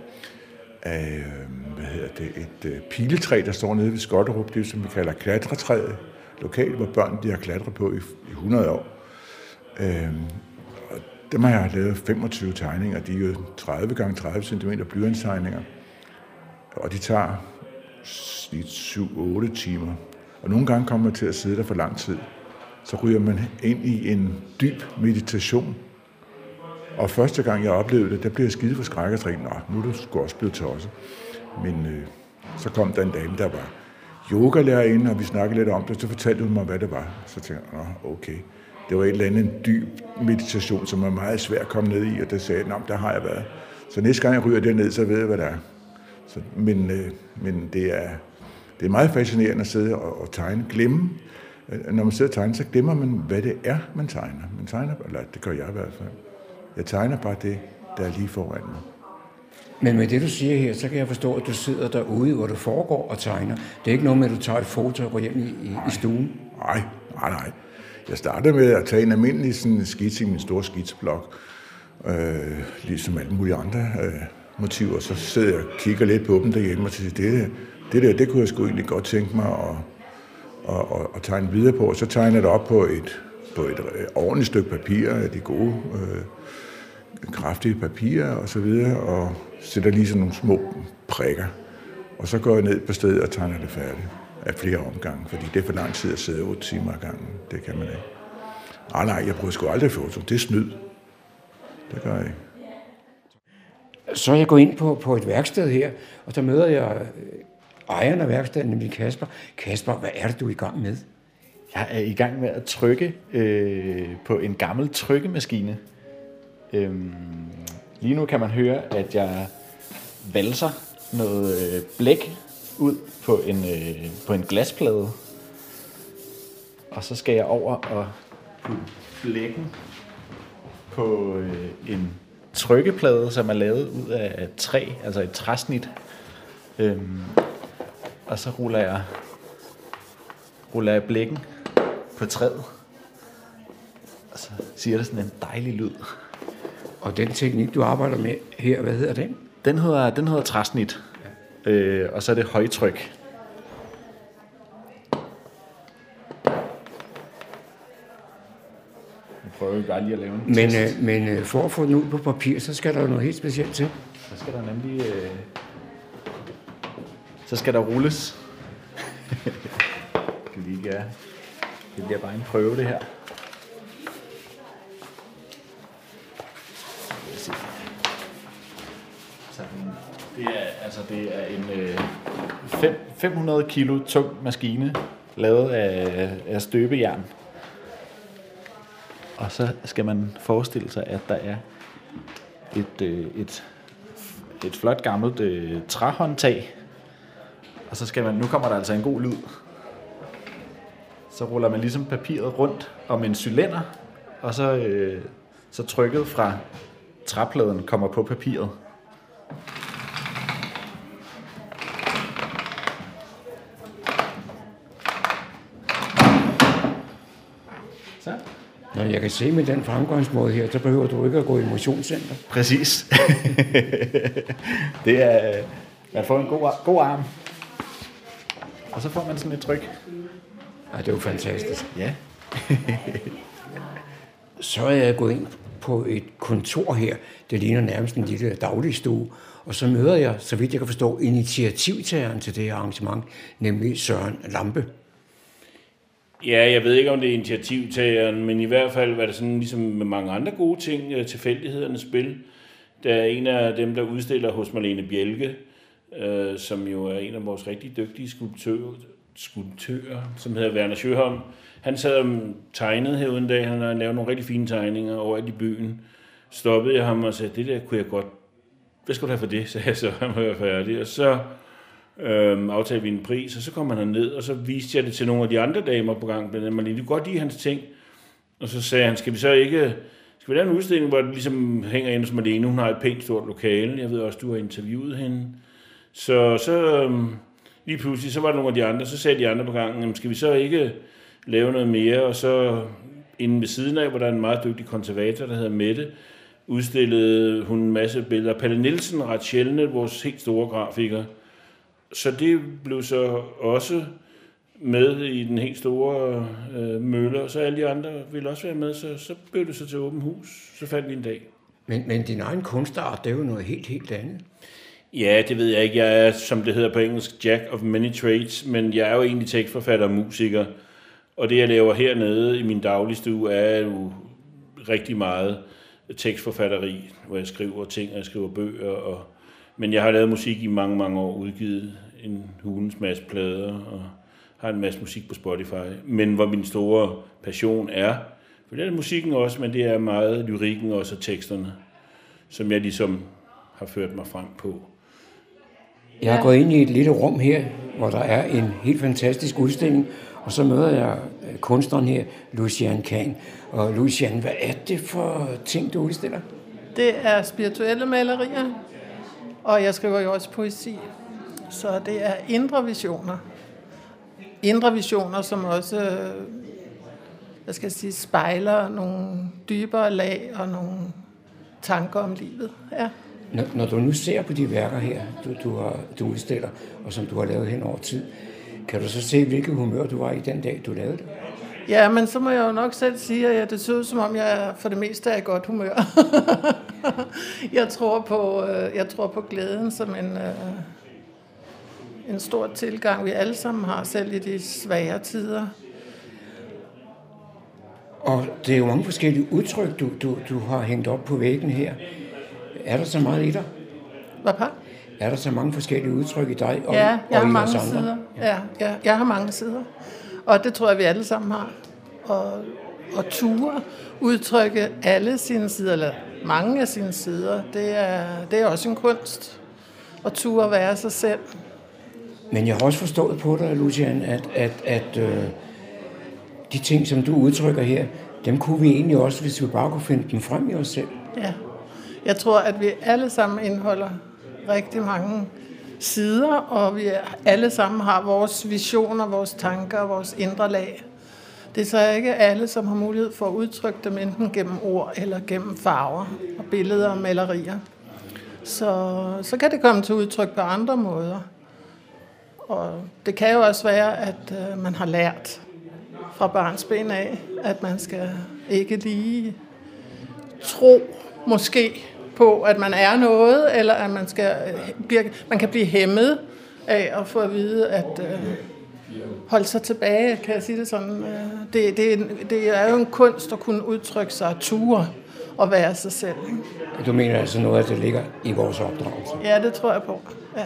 et piletræ, der står nede ved Skotterup, det som vi kalder klatretræet, lokalt, hvor børn de har klatret på i 100 år. Og dem har jeg lavet 25 tegninger. De er jo 30 x 30 cm blyantstegninger. Og de tager 7-8 timer. Og nogle gange kommer man til at sidde der for lang tid. Så ryger man ind i en dyb meditation. Og første gang jeg oplevede det, der blev jeg skide for skræk og tænkte, nu er du sgu også blevet tosset. Men så kom der en dame, der var yogalærerinde, og vi snakkede lidt om det, så fortalte hun mig, hvad det var. Så tænkte jeg, okay. Det var et eller andet en dyb meditation, som var meget svært at komme ned i, og der sagde jeg, der har jeg været. Så næste gang jeg ryger derned, så ved jeg, hvad det er. Så, men det er meget fascinerende at sidde og tegne. Når man sidder og tegner, så glemmer man, hvad det er, man tegner. Man tegner, eller det gør jeg i hvert fald. Jeg tegner bare det, der er lige foran mig. Men med det, du siger her, så kan jeg forstå, at du sidder derude, hvor du foregår og tegner. Det er ikke noget med, at du tager et foto og går hjem i stuen? Nej. Jeg startede med at tage en almindelig sådan, skitse i min store skitseblok, ligesom alle mulige andre motiver. Så sidder jeg og kigger lidt på dem derhjemme og siger, det kunne jeg sgu egentlig godt tænke mig at tegne videre på. Og så tegner jeg det op på et ordentligt stykke papir, de gode, kraftige papirer og så videre, og sætter lige sådan nogle små prikker. Og så går jeg ned på stedet og tegner det færdigt af flere omgange, fordi det er for lang tid at sidde 8 timer ad gangen. Det kan man ikke. Nej, jeg bruger sgu aldrig foto. Det er snyd. Det gør jeg ikke. Så er jeg gået ind på et værksted her, og der møder jeg ejeren af værkstedet, nemlig Kasper. Kasper, hvad er det, du er i gang med? Jeg er i gang med at trykke på en gammel trykkemaskine. Lige nu kan man høre, at jeg valser noget blæk ud på en glasplade. Og så skal jeg over og putte blækken på en trykkeplade, som er lavet ud af træ, altså et træsnit. Og så ruller jeg blækken på træet. Og så siger det sådan en dejlig lyd. Og den teknik, du arbejder med her, hvad hedder den? Den hedder træsnit. Ja. Og så er det højtryk. Jeg prøver bare lige at lave en test. Men for at få den ud på papir, så skal der jo noget helt specielt til. Så skal der nemlig... Så skal der rulles. Det bliver bare en prøve, det her. Det er en 500 kilo tung maskine, lavet af støbejern. Og så skal man forestille sig, at der er et flot gammelt træhåndtag. Og så skal man, nu kommer der altså en god lyd. Så ruller man ligesom papiret rundt om en cylinder, og så trykket fra træpladen kommer på papiret. Så. Når jeg kan se med den fremgangsmåde her, så behøver du ikke at gå i motionscenter. Præcis. Det er, man får en god arm. Og så får man sådan et tryk. Ja, det er jo fantastisk. Ja. Så er jeg gået ind på et kontor her. Det ligner nærmest en lille dagligstue. Og så møder jeg, så vidt jeg kan forstå, initiativtageren til det her arrangement, nemlig Søren Lampe. Ja, jeg ved ikke, om det er initiativtageren, men i hvert fald var det sådan, ligesom med mange andre gode ting, tilfældighedernes spil. Der er en af dem, der udstiller hos Marlene Bjelke, som jo er en af vores rigtig dygtige skulptører, som hedder Werner Sjøholm. Han sad og tegnede her en dag, han har lavet nogle rigtig fine tegninger overalt i byen. Stoppede jeg ham og sagde, det der kunne jeg godt... Hvad skal du have for det? sagde jeg så, han var færdig. Og så aftalte vi en pris, og så kom han ned, og så viste jeg det til nogle af de andre damer på gang. Blandt andet Marlene, du kunne godt lide hans ting. Og så sagde han, skal vi lave en udstilling, hvor det ligesom hænger ind hos Marlene? Hun har et pænt stort lokale. Jeg ved også, du har interviewet hende. Så lige pludselig, så var der nogle af de andre, så sagde de andre på gangen, skal vi så ikke lave noget mere? Og så inden ved siden af, hvor der er en meget dygtig konservator, der hedder Mette, udstillede hun en masse billeder. Palle Nielsen, ret sjældent, vores helt store grafiker. Så det blev så også med i den helt store mølle, og så alle de andre ville også være med, så blev det så til åben hus. Så fandt vi en dag. Men din egen kunstart, det er jo noget helt andet. Ja, det ved jeg ikke. Jeg er, som det hedder på engelsk, jack of many trades, men jeg er jo egentlig tekstforfatter og musiker. Og det, jeg laver hernede i min dagligstue, er jo rigtig meget tekstforfatteri, hvor jeg skriver ting, og jeg skriver bøger. Men jeg har lavet musik i mange, mange år, udgivet en hulens masse plader, og har en masse musik på Spotify. Men hvor min store passion er, for det er musikken også, men det er meget lyrikken også, og teksterne, som jeg ligesom har ført mig frem på. Jeg har gået ind i et lille rum her, hvor der er en helt fantastisk udstilling, og så møder jeg kunstneren her, Lucian Kahn. Og Lucian, hvad er det for ting, du udstiller? Det er spirituelle malerier, og jeg skriver jo også poesi. Så det er indre visioner. Indre visioner, som også, spejler nogle dybere lag og nogle tanker om livet. Ja. Når du nu ser på de værker her, du udstiller, og som du har lavet hen over tid, kan du så se, hvilket humør du var i den dag, du lavede det? Ja, men så må jeg jo nok selv sige, at det ser ud som om, jeg for det meste er i godt humør. Jeg tror på glæden som en stor tilgang, vi alle sammen har, selv i de svære tider. Og det er jo mange forskellige udtryk, du har hængt op på væggen her. Er der så meget i dig? Hvad par? Er der så mange forskellige udtryk i dig og, ja, jeg og har i mange os andre? Sider. Ja, jeg har mange sider. Og det tror jeg, vi alle sammen har. Og ture udtrykke alle sine sider, eller mange af sine sider, det er også en kunst. Og ture være sig selv. Men jeg har også forstået på dig, Lucian, at de ting, som du udtrykker her, dem kunne vi egentlig også, hvis vi bare kunne finde dem frem i os selv. Ja, jeg tror, at vi alle sammen indeholder rigtig mange sider, og vi alle sammen har vores visioner, vores tanker og vores indre lag. Det er så ikke alle, som har mulighed for at udtrykke dem enten gennem ord eller gennem farver og billeder og malerier. Så kan det komme til udtryk på andre måder. Og det kan jo også være, at man har lært fra barnsben af, at man skal ikke lige tro måske på, at man er noget, eller at man kan blive hæmmet af at få at vide, at holde sig tilbage, kan jeg sige det sådan. Det er jo en kunst at kunne udtrykke sig, ture og være sig selv. Ikke? Du mener altså noget, at det ligger i vores opdragelse? Ja, det tror jeg på, ja.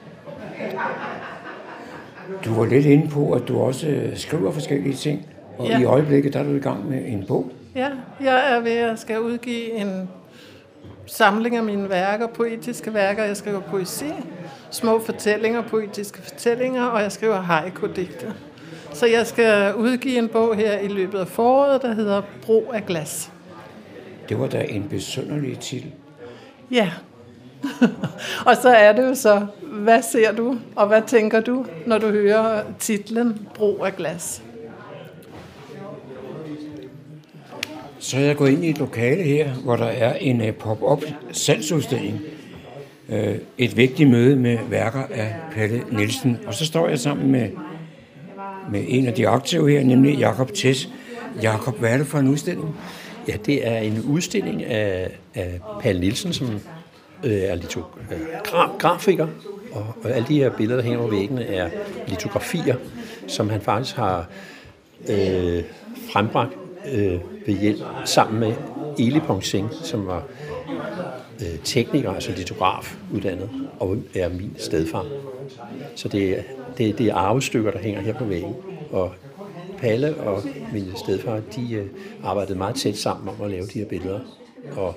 Du var lidt inde på, at du også skriver forskellige ting, og i øjeblikket der er du i gang med en bog. Ja, jeg er ved at skal udgive en samling af mine værker, poetiske værker. Jeg skriver poesi, små fortællinger, poetiske fortællinger, og jeg skriver haiku-digte. Så jeg skal udgive en bog her i løbet af foråret, der hedder Bro af glas. Det var da en besynderlig titel. Ja. Og så er det jo så, hvad ser du, og hvad tænker du, når du hører titlen Bro af glas? Så er jeg gået ind i et lokale her, hvor der er en pop-up salgsudstilling. Et vigtigt møde med værker af Palle Nielsen. Og så står jeg sammen med en af de aktive her, nemlig Jakob Tess. Jakob, hvad er det for en udstilling? Ja, det er en udstilling af Palle Nielsen, som er grafiker. Og alle de her billeder, der hænger over væggene, er litografier, som han faktisk har frembragt ved hjælp sammen med Eli Pongsing, som var tekniker, altså litograf uddannet, og er min stedfar. Så det er arvestykker, der hænger her på væggen. Og Palle og min stedfar, de arbejdede meget tæt sammen om at lave de her billeder. Og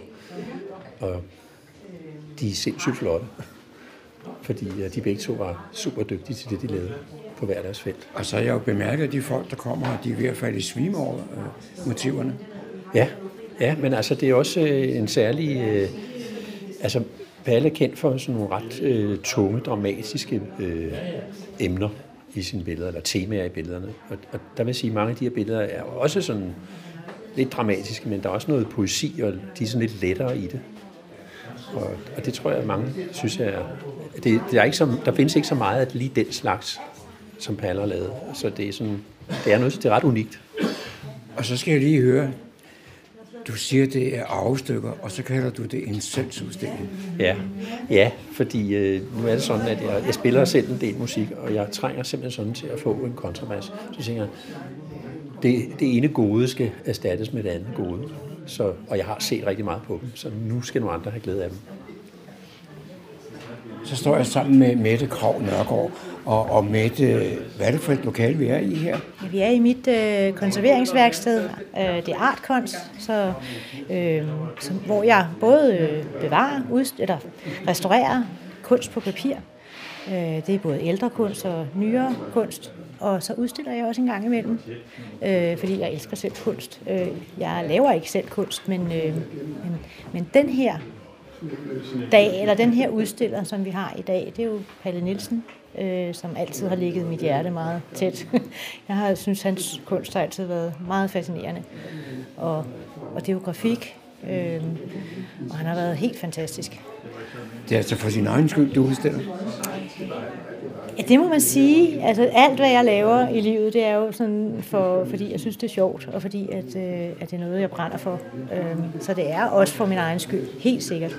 de er sindssygt flotte, fordi de begge to var super dygtige til det, de lavede på hver deres felt. Og så har jeg jo bemærket, at de folk, der kommer her, de er ved at falde i svime over motiverne. Ja, men altså det er også en særlig... altså Palle er kendt for sådan nogle ret tunge, dramatiske emner i sine billeder, eller temaer i billederne. Og der vil jeg sige, at mange af de her billeder er også sådan lidt dramatiske, men der er også noget poesi, og de er sådan lidt lettere i det. Og det tror jeg, at mange synes, der findes ikke så meget af lige den slags som Palle har lavet. Så det er det er ret unikt. Og så skal jeg lige høre, du siger, det er arvestykker, og så kalder du det en salgsudstilling. Ja, fordi nu er det sådan, at jeg spiller selv en del musik, og jeg trænger simpelthen sådan til at få en kontrabas. Så tænker jeg, det ene gode skal erstattes med det andet gode. Og jeg har set rigtig meget på dem, så nu skal nogle andre have glæde af dem. Så står jeg sammen med Mette Krog Nørgaard. Og Mette, hvad er det for et lokale, vi er i her? Ja, vi er i mit konserveringsværksted. Det er Artkunst, hvor jeg både bevarer, eller restaurerer kunst på papir. Det er både ældre kunst og nyere kunst. Og så udstiller jeg også en gang imellem, fordi jeg elsker selv kunst. Jeg laver ikke selv kunst, men den her dag, eller den her udstiller, som vi har i dag, det er jo Palle Nielsen, som altid har ligget mit hjerte meget tæt. Jeg har synes hans kunst har altid været meget fascinerende. Og det er jo grafik, og han har været helt fantastisk. Det er altså for sin egen skyld, du udstiller? Ja, det må man sige. Altså alt, hvad jeg laver i livet, det er jo sådan fordi jeg synes, det er sjovt, og fordi at det er noget, jeg brænder for. Så det er også for min egen skyld, helt sikkert.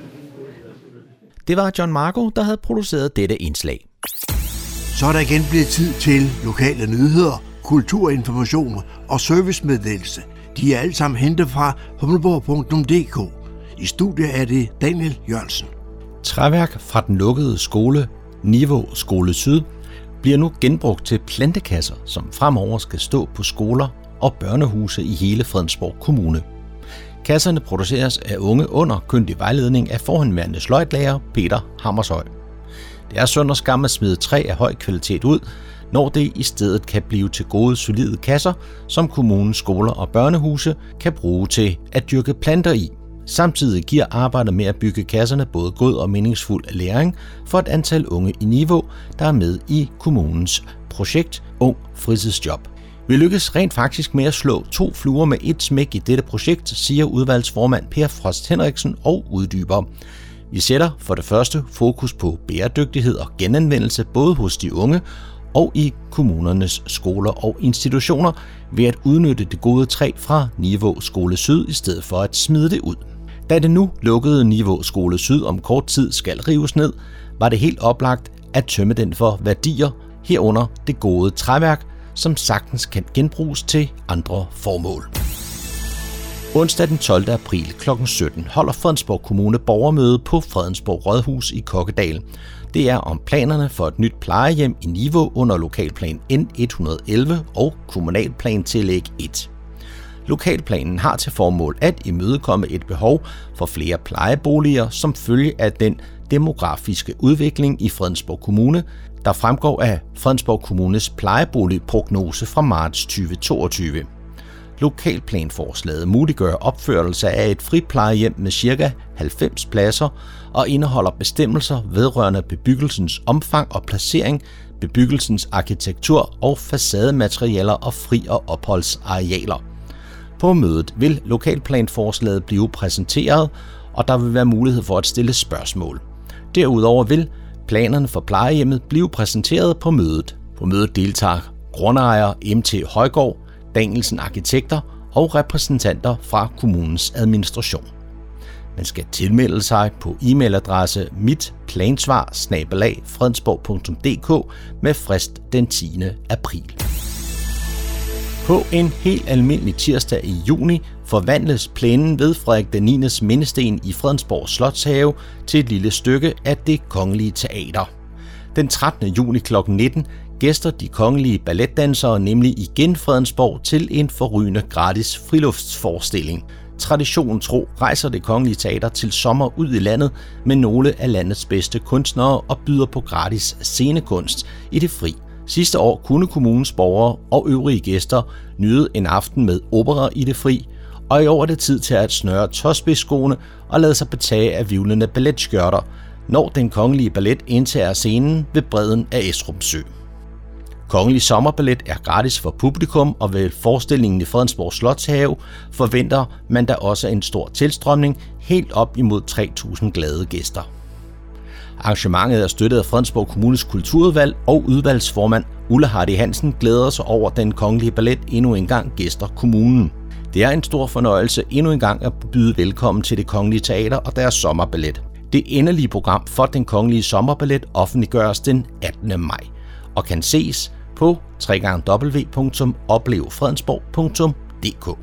Det var John Marco, der havde produceret dette indslag. Så er der igen blevet tid til lokale nyheder, kulturinformation og servicemeddelelse. De er alle sammen hentet fra humleborg.dk. I studiet er det Daniel Jørgensen. Træværk fra den lukkede skole, Niveau Skole Syd, bliver nu genbrugt til plantekasser, som fremover skal stå på skoler og børnehuse i hele Fredensborg Kommune. Kasserne produceres af unge under kyndig vejledning af forhenværende sløjdlærer Peter Hammershøj. Det er synd og skam at smide træ af høj kvalitet ud, når det i stedet kan blive til gode, solide kasser, som kommunens skoler og børnehuse kan bruge til at dyrke planter i. Samtidig giver arbejdet med at bygge kasserne både god og meningsfuld læring for et antal unge i Niveau, der er med i kommunens projekt Ung Fritidsjob. Vi lykkes rent faktisk med at slå 2 fluer med et smæk i dette projekt, siger udvalgsformand Per Frost Henriksen og uddyber. Vi sætter for det første fokus på bæredygtighed og genanvendelse både hos de unge og i kommunernes skoler og institutioner ved at udnytte det gode træ fra Niveau Skole Syd i stedet for at smide det ud. Da det nu lukkede Niveau Skole Syd om kort tid skal rives ned, var det helt oplagt at tømme den for værdier herunder det gode træværk, som sagtens kan genbruges til andre formål. Onsdag den 12. april kl. 17 holder Fredensborg Kommune borgermøde på Fredensborg Rådhus i Kokkedal. Det er om planerne for et nyt plejehjem i Niveau under lokalplan N111 og kommunalplan tillæg 1. Lokalplanen har til formål at imødekomme et behov for flere plejeboliger som følge af den demografiske udvikling i Fredensborg Kommune, der fremgår af Fredensborg Kommunes plejeboligprognose fra marts 2022. Lokalplanforslaget muliggør opførelse af et friplejehjem med ca. 90 pladser og indeholder bestemmelser vedrørende bebyggelsens omfang og placering, bebyggelsens arkitektur og facadematerialer og fri- og opholdsarealer. På mødet vil lokalplanforslaget blive præsenteret, og der vil være mulighed for at stille spørgsmål. Derudover vil planerne for plejehjemmet blive præsenteret på mødet. På mødet deltager grundejer MT Højgaard, Danielsen Arkitekter og repræsentanter fra kommunens administration. Man skal tilmelde sig på e-mailadresse mitplansvar@fredensborg.dk med frist den 10. april. På en helt almindelig tirsdag i juni forvandles plænen ved Frederik den 9. mindesten i Fredensborg Slotshave til et lille stykke af Det Kongelige Teater. Den 13. juni kl. 19 gæster de kongelige balletdansere nemlig igen Fredensborg til en forrygende gratis friluftsforestilling. Traditionen tro rejser Det Kongelige Teater til sommer ud i landet med nogle af landets bedste kunstnere og byder på gratis scenekunst i det fri. Sidste år kunne kommunens borgere og øvrige gæster nyde en aften med opera i det fri, og i år er det tid til at snøre tåspidsskoene og lade sig betage af hvirvlende balletskørter, når den kongelige ballet indtager scenen ved bredden af Esrum Sø. Kongelig Sommerballet er gratis for publikum, og ved forestillingen i Fredensborg Slotshave forventer man da også en stor tilstrømning helt op imod 3.000 glade gæster. Arrangementet er støttet af Fredensborg Kommunes kulturudvalg, og udvalgsformand Ulla Hardy Hansen glæder sig over, at den kongelige ballet endnu engang gæster kommunen. Det er en stor fornøjelse endnu engang at byde velkommen til Det Kongelige Teater og deres sommerballet. Det endelige program for Den Kongelige Sommerballet offentliggøres den 18. maj og kan ses på www.oplevefredensborg.dk.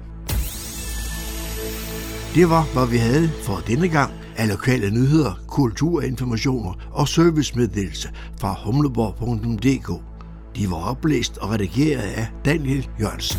Det var, hvad vi havde for denne gang af lokale nyheder, kulturinformationer og servicemeddelelse fra humleborg.dk. De var oplæst og redigeret af Daniel Jørgensen.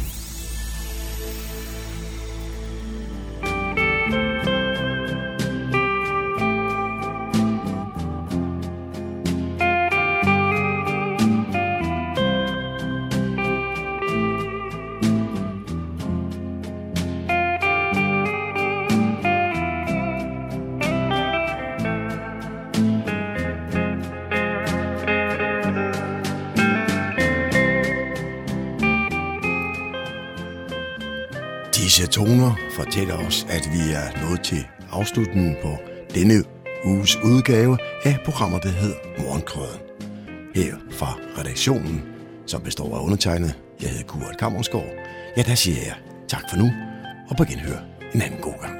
Disse toner fortæller os, at vi er nået til afslutningen på denne uges udgave af programmet, der hedder Morgenkrøden. Her fra redaktionen, som består af undertegnet, jeg hedder Kurt Kammersgaard. Ja, der siger jeg tak for nu, og på genhør en anden god gang.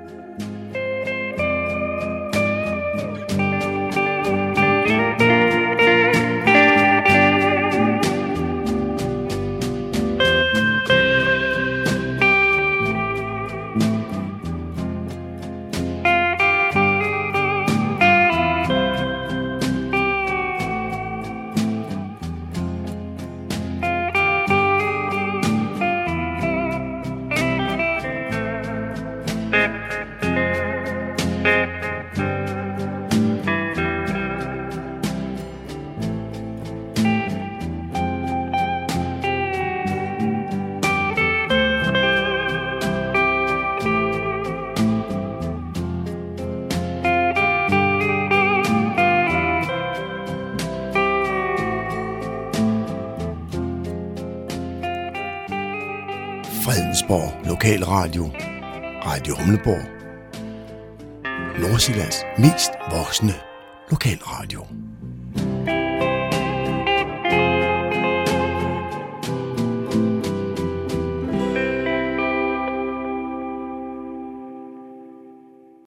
Fredensborg Lokalradio, Radio Humleborg, Nordsjællands mest voksne lokalradio.